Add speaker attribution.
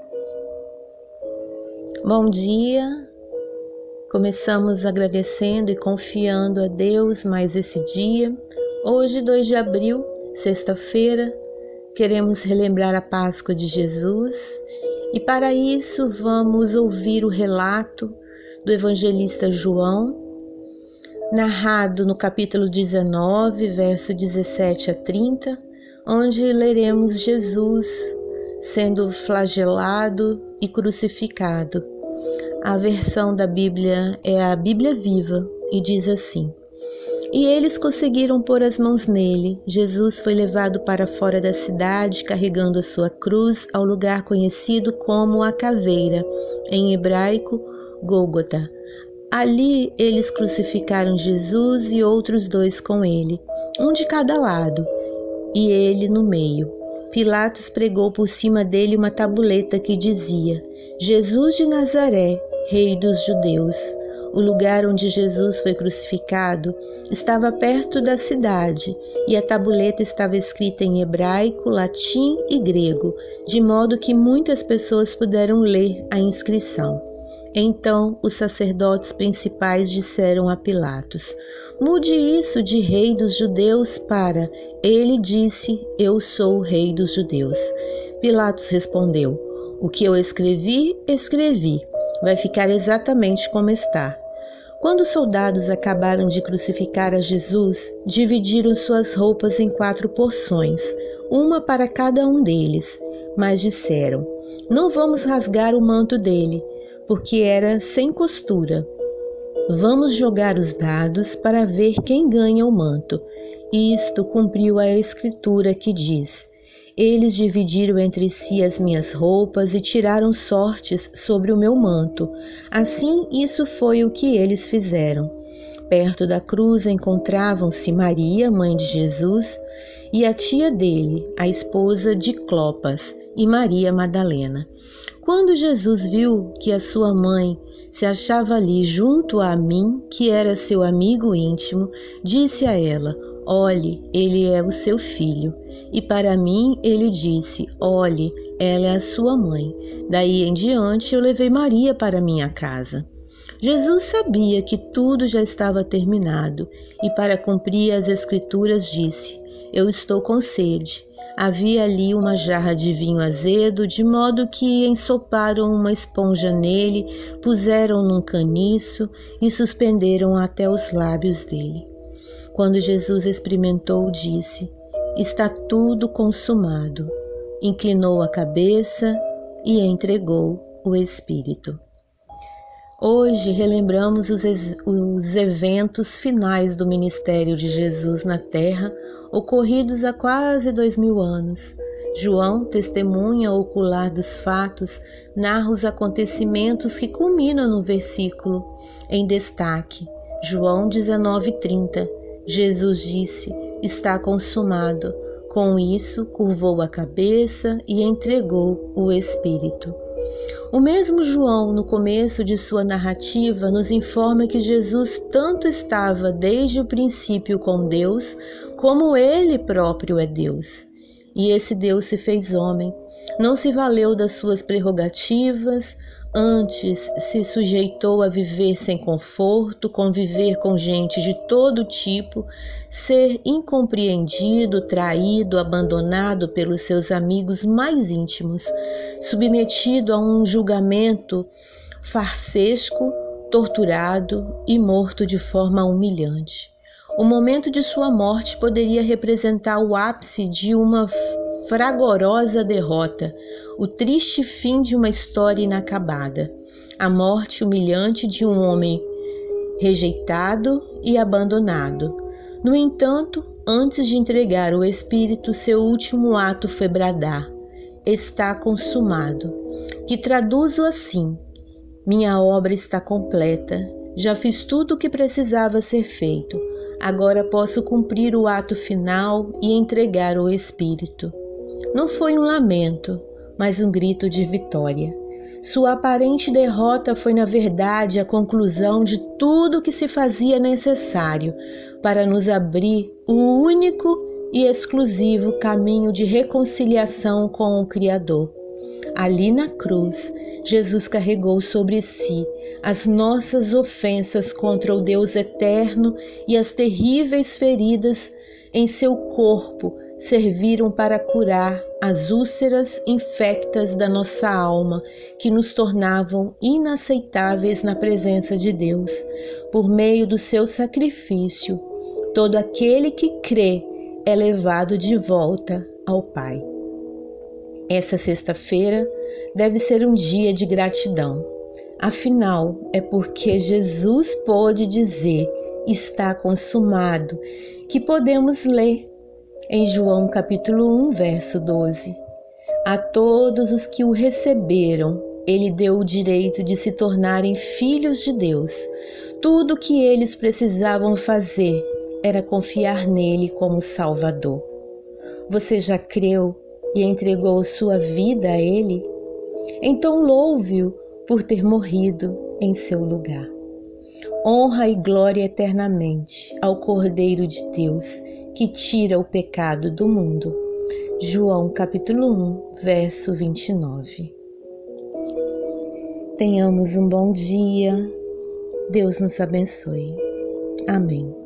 Speaker 1: Bom dia, começamos agradecendo e confiando a Deus mais esse dia. Hoje, 2 de abril, sexta-feira, queremos relembrar a Páscoa de Jesus e para isso vamos ouvir o relato do evangelista João, narrado no capítulo 19, verso 17 a 30, onde leremos Jesus sendo flagelado e crucificado. A versão da Bíblia é a Bíblia Viva e diz assim: E eles conseguiram pôr as mãos nele. Jesus foi levado para fora da cidade, carregando a sua cruz ao lugar conhecido como a Caveira, em hebraico, Gólgota. Ali eles crucificaram Jesus e outros 2 com ele, um de cada lado, e ele no meio. Pilatos pregou por cima dele uma tabuleta que dizia: Jesus de Nazaré, Rei dos Judeus. O lugar onde Jesus foi crucificado estava perto da cidade e a tabuleta estava escrita em hebraico, latim e grego, de modo que muitas pessoas puderam ler a inscrição. Então os sacerdotes principais disseram a Pilatos: Mude isso de Rei dos Judeus para Ele disse, eu sou o Rei dos Judeus. Pilatos respondeu: O que eu escrevi, escrevi. Vai ficar exatamente como está. Quando os soldados acabaram de crucificar a Jesus, dividiram suas roupas em 4 porções, uma para cada um deles, mas disseram: Não vamos rasgar o manto dele, porque era sem costura. Vamos jogar os dados para ver quem ganha o manto. Isto cumpriu a escritura que diz: Eles dividiram entre si as minhas roupas e tiraram sortes sobre o meu manto. Assim, isso foi o que eles fizeram. Perto da cruz encontravam-se Maria, mãe de Jesus, e a tia dele, a esposa de Clopas, e Maria Madalena. Quando Jesus viu que a sua mãe se achava ali junto a mim, que era seu amigo íntimo, disse a ela: Olhe, ele é o seu filho. E para mim ele disse: Olhe, ela é a sua mãe. Daí em diante eu levei Maria para minha casa. Jesus sabia que tudo já estava terminado e para cumprir as escrituras disse: Eu estou com sede. Havia ali uma jarra de vinho azedo, de modo que ensoparam uma esponja nele, puseram num caniço e suspenderam até os lábios dele. Quando Jesus experimentou, disse: Está tudo consumado. Inclinou a cabeça e entregou o Espírito. Hoje relembramos os eventos finais do ministério de Jesus na Terra, ocorridos há quase 2000 anos. João, testemunha ocular dos fatos, narra os acontecimentos que culminam no versículo em destaque. João 19:30. Jesus disse: Está consumado. Com isso, curvou a cabeça e entregou o Espírito. O mesmo João, no começo de sua narrativa, nos informa que Jesus tanto estava desde o princípio com Deus, como ele próprio é Deus. E esse Deus se fez homem, não se valeu das suas prerrogativas, antes se sujeitou a viver sem conforto, conviver com gente de todo tipo, ser incompreendido, traído, abandonado pelos seus amigos mais íntimos, submetido a um julgamento farsesco, torturado e morto de forma humilhante. O momento de sua morte poderia representar o ápice de uma fragorosa derrota, o triste fim de uma história inacabada, a morte humilhante de um homem rejeitado e abandonado. No entanto, antes de entregar o Espírito, seu último ato foi bradar: Está consumado, que traduzo assim: Minha obra está completa, já fiz tudo o que precisava ser feito. Agora posso cumprir o ato final e entregar o Espírito. Não foi um lamento, mas um grito de vitória. Sua aparente derrota foi, na verdade, a conclusão de tudo o que se fazia necessário para nos abrir o único e exclusivo caminho de reconciliação com o Criador. Ali na cruz, Jesus carregou sobre si as nossas ofensas contra o Deus eterno e as terríveis feridas em seu corpo serviram para curar as úlceras infectas da nossa alma, que nos tornavam inaceitáveis na presença de Deus. Por meio do seu sacrifício, todo aquele que crê é levado de volta ao Pai. Essa sexta-feira deve ser um dia de gratidão. Afinal, é porque Jesus pôde dizer, está consumado, que podemos ler em João capítulo 1, verso 12. A todos os que o receberam, ele deu o direito de se tornarem filhos de Deus. Tudo o que eles precisavam fazer era confiar nele como Salvador. Você já creu e entregou sua vida a ele? Então louve-o por ter morrido em seu lugar. Honra e glória eternamente ao Cordeiro de Deus, que tira o pecado do mundo. João capítulo 1, verso 29. Tenhamos um bom dia. Deus nos abençoe. Amém.